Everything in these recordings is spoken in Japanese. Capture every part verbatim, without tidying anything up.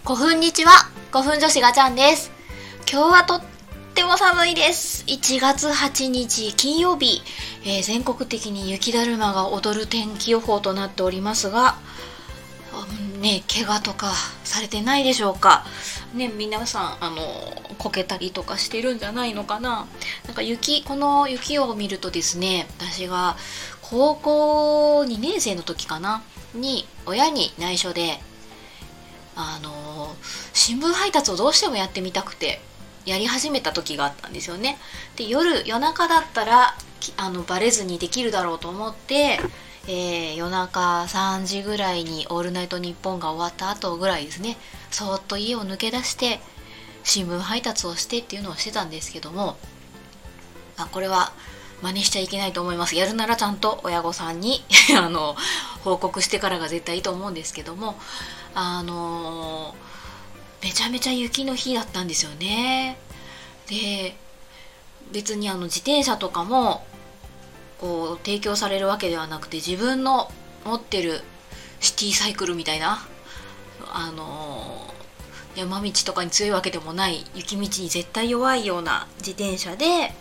こふんにちは、ごふん女子がちゃんです。今日はとっても寒いです。いちがつはちにち金曜日、えー、全国的に雪だるまが踊る天気予報となっておりますが、うん、ね、怪我とかされてないでしょうかね。皆さんあのこけたりとかしてるんじゃないのかな。なんか雪この雪を見るとですね、私が高校にねん生の時かなに親に内緒であの新聞配達をどうしてもやってみたくてやり始めた時があったんですよね。で、夜夜中だったらあのバレずにできるだろうと思って、えー、夜中さんじぐらいにオールナイトニッポンが終わった後ぐらいですね、そーっと家を抜け出して新聞配達をしてっていうのをしてたんですけども、あこれは真似しちゃいけないと思います。やるならちゃんと親御さんにあの報告してからが絶対いいと思うんですけども、あのー、めちゃめちゃ雪の日だったんですよね。で、別にあの自転車とかもこう提供されるわけではなくて、自分の持ってるシティサイクルみたいな、あのー、山道とかに強いわけでもない雪道に絶対弱いような自転車で、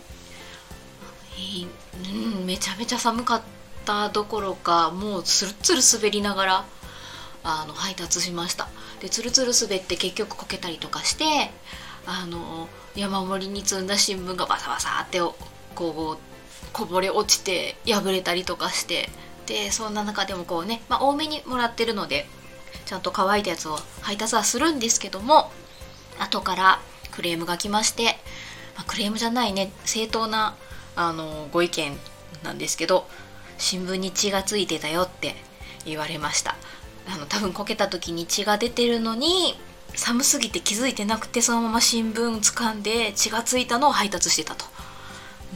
うん、めちゃめちゃ寒かったどころか、もうツルツル滑りながらあの配達しました。で、ツルツル滑って結局こけたりとかして、あの山盛りに積んだ新聞がバサバサってこうこぼれ落ちて破れたりとかして、でそんな中でもこうね、まあ、多めにもらってるのでちゃんと乾いたやつを配達はするんですけども、後からクレームが来まして、まあ、クレームじゃないね、正当なあのご意見なんですけど、新聞に血がついてたよって言われました。あの多分こけた時に血が出てるのに寒すぎて気づいてなくて、そのまま新聞掴んで血がついたのを配達してたと。うん、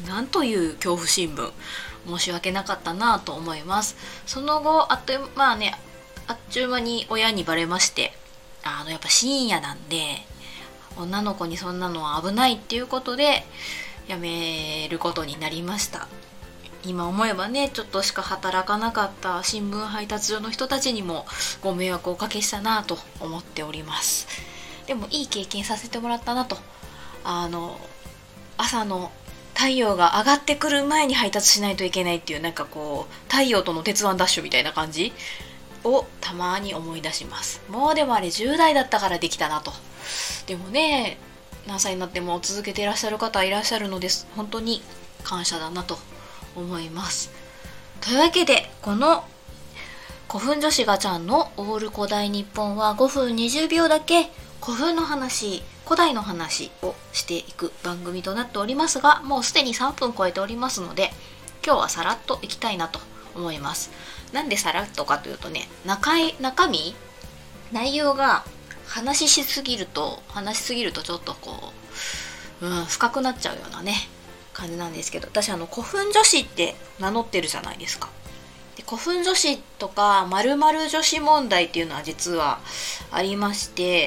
なんという恐怖新聞。申し訳なかったなと思います。その後あっというまあねあっちゅう間に親にバレまして、あのやっぱ深夜なんで女の子にそんなのは危ないっていうことでやめることになりました。今思えばね、ちょっとしか働かなかった新聞配達所の人たちにもご迷惑をおかけしたなと思っております。でもいい経験させてもらったなと。あの朝の太陽が上がってくる前に配達しないといけないっていう、なんかこう太陽との鉄腕ダッシュみたいな感じをたまに思い出します。もうでもあれじゅう代だったからできたなと。でもね、何歳になっても続けていらっしゃる方いらっしゃるのです。本当に感謝だなと思います。というわけで、この古墳女子がちゃんのオール古代日本はごふんにじゅうびょうだけ古墳の話、古代の話をしていく番組となっておりますが、もうすでにさんぷん超えておりますので、今日はさらっといきたいなと思います。なんでさらっとかというとね、中い中身内容が話しすぎると話しすぎるとちょっとこう、うん、深くなっちゃうようなね感じなんですけど、私あの古墳女子って名乗ってるじゃないですか。で、古墳女子とか〇〇女子問題っていうのは実はありまして、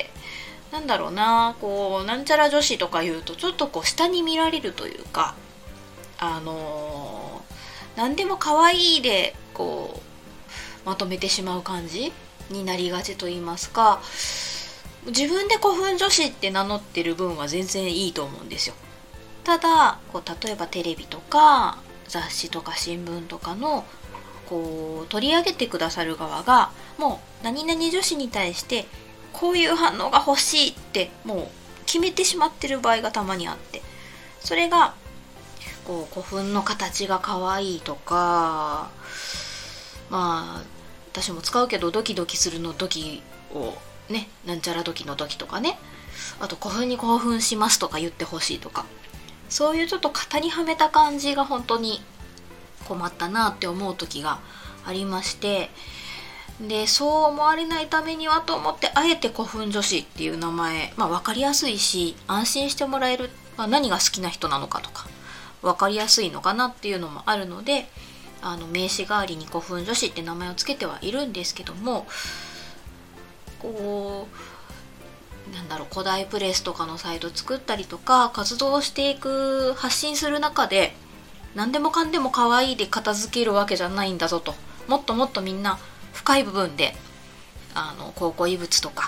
なんだろうな、こうなんちゃら女子とか言うとちょっとこう下に見られるというか、あのー、何でも可愛いでこうまとめてしまう感じになりがちと言いますか、自分で古墳女子って名乗ってる分は全然いいと思うんですよ。ただこう例えばテレビとか雑誌とか新聞とかのこう取り上げてくださる側がもう何々女子に対してこういう反応が欲しいってもう決めてしまってる場合がたまにあって、それがこう古墳の形が可愛いとか、まあ私も使うけどドキドキするのドキをね、なんちゃらドキのドキとかね、あと古墳に興奮しますとか言ってほしいとか、そういうちょっと型にはめた感じが本当に困ったなって思う時がありまして、でそう思われないためにはと思ってあえて古墳女子っていう名前、まあ分かりやすいし安心してもらえる、まあ、何が好きな人なのかとか分かりやすいのかなっていうのもあるので、あの名刺代わりに古墳女子って名前をつけてはいるんですけども、こうなんだろう、古代プレスとかのサイト作ったりとか活動していく発信する中で、何でもかんでも可愛いで片付けるわけじゃないんだぞと、もっともっとみんな深い部分であの考古遺物とか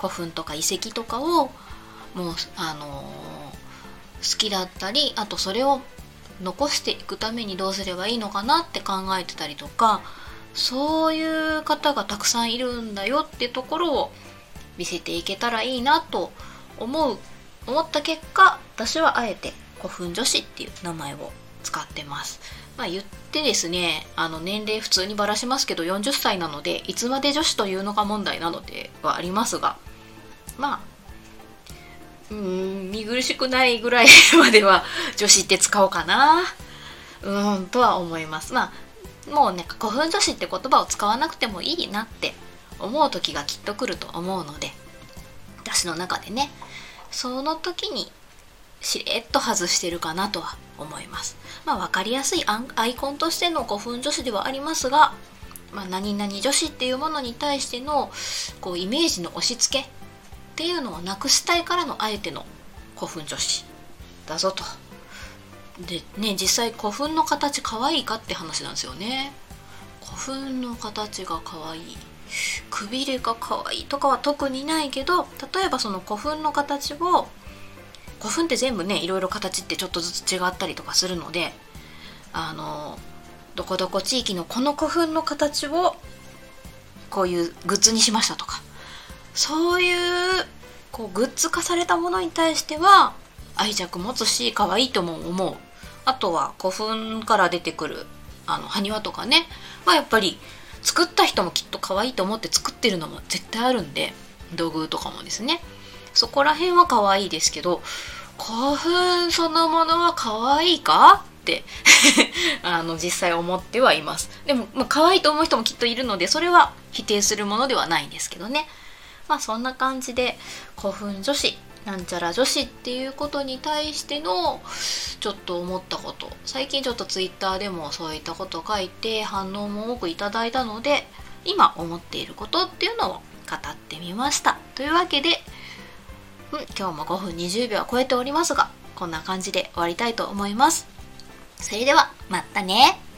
古墳とか遺跡とかをもうあのー、好きだったり、あとそれを残していくためにどうすればいいのかなって考えてたりとか、そういう方がたくさんいるんだよってところを見せていけたらいいなと思う思った結果、私はあえて古墳女子っていう名前を使ってます。まあ言ってですね、あの年齢普通にばらしますけどよんじゅっさいなので、いつまで女子というのが問題なのではありますが、まあうーん見苦しくないぐらいまでは女子って使おうかなうーんとは思います。まあもうね、古墳女子って言葉を使わなくてもいいなって思う時がきっと来ると思うので、私の中でね、その時にしれっと外してるかなとは思います。まあ分かりやすいアイコンとしての古墳女子ではありますが、まあ、何々女子っていうものに対してのこうイメージの押し付けっていうのをなくしたいからのあえての古墳女子だぞと。でね、実際古墳の形可愛いかって話なんですよね。古墳の形が可愛い、くびれが可愛いとかは特にないけど、例えばその古墳の形を、古墳って全部ねいろいろ形ってちょっとずつ違ったりとかするので、あのどこどこ地域のこの古墳の形をこういうグッズにしましたとか、そういうこうグッズ化されたものに対しては愛着持つし可愛いとも思う。あとは古墳から出てくるあの埴輪とかね、まあ、やっぱり作った人もきっと可愛いと思って作ってるのも絶対あるんで、道具とかもですね、そこら辺は可愛いですけど、古墳そのものは可愛いかってあの実際思ってはいます。でも、まあ、可愛いと思う人もきっといるので、それは否定するものではないんですけどね。まあそんな感じで古墳女子なんちゃら女子っていうことに対してのちょっと思ったこと、最近ちょっとツイッターでもそういったことを書いて反応も多くいただいたので、今思っていることっていうのを語ってみました。というわけで、うん、今日もごふんにじゅうびょうは超えておりますが、こんな感じで終わりたいと思います。それではまたね。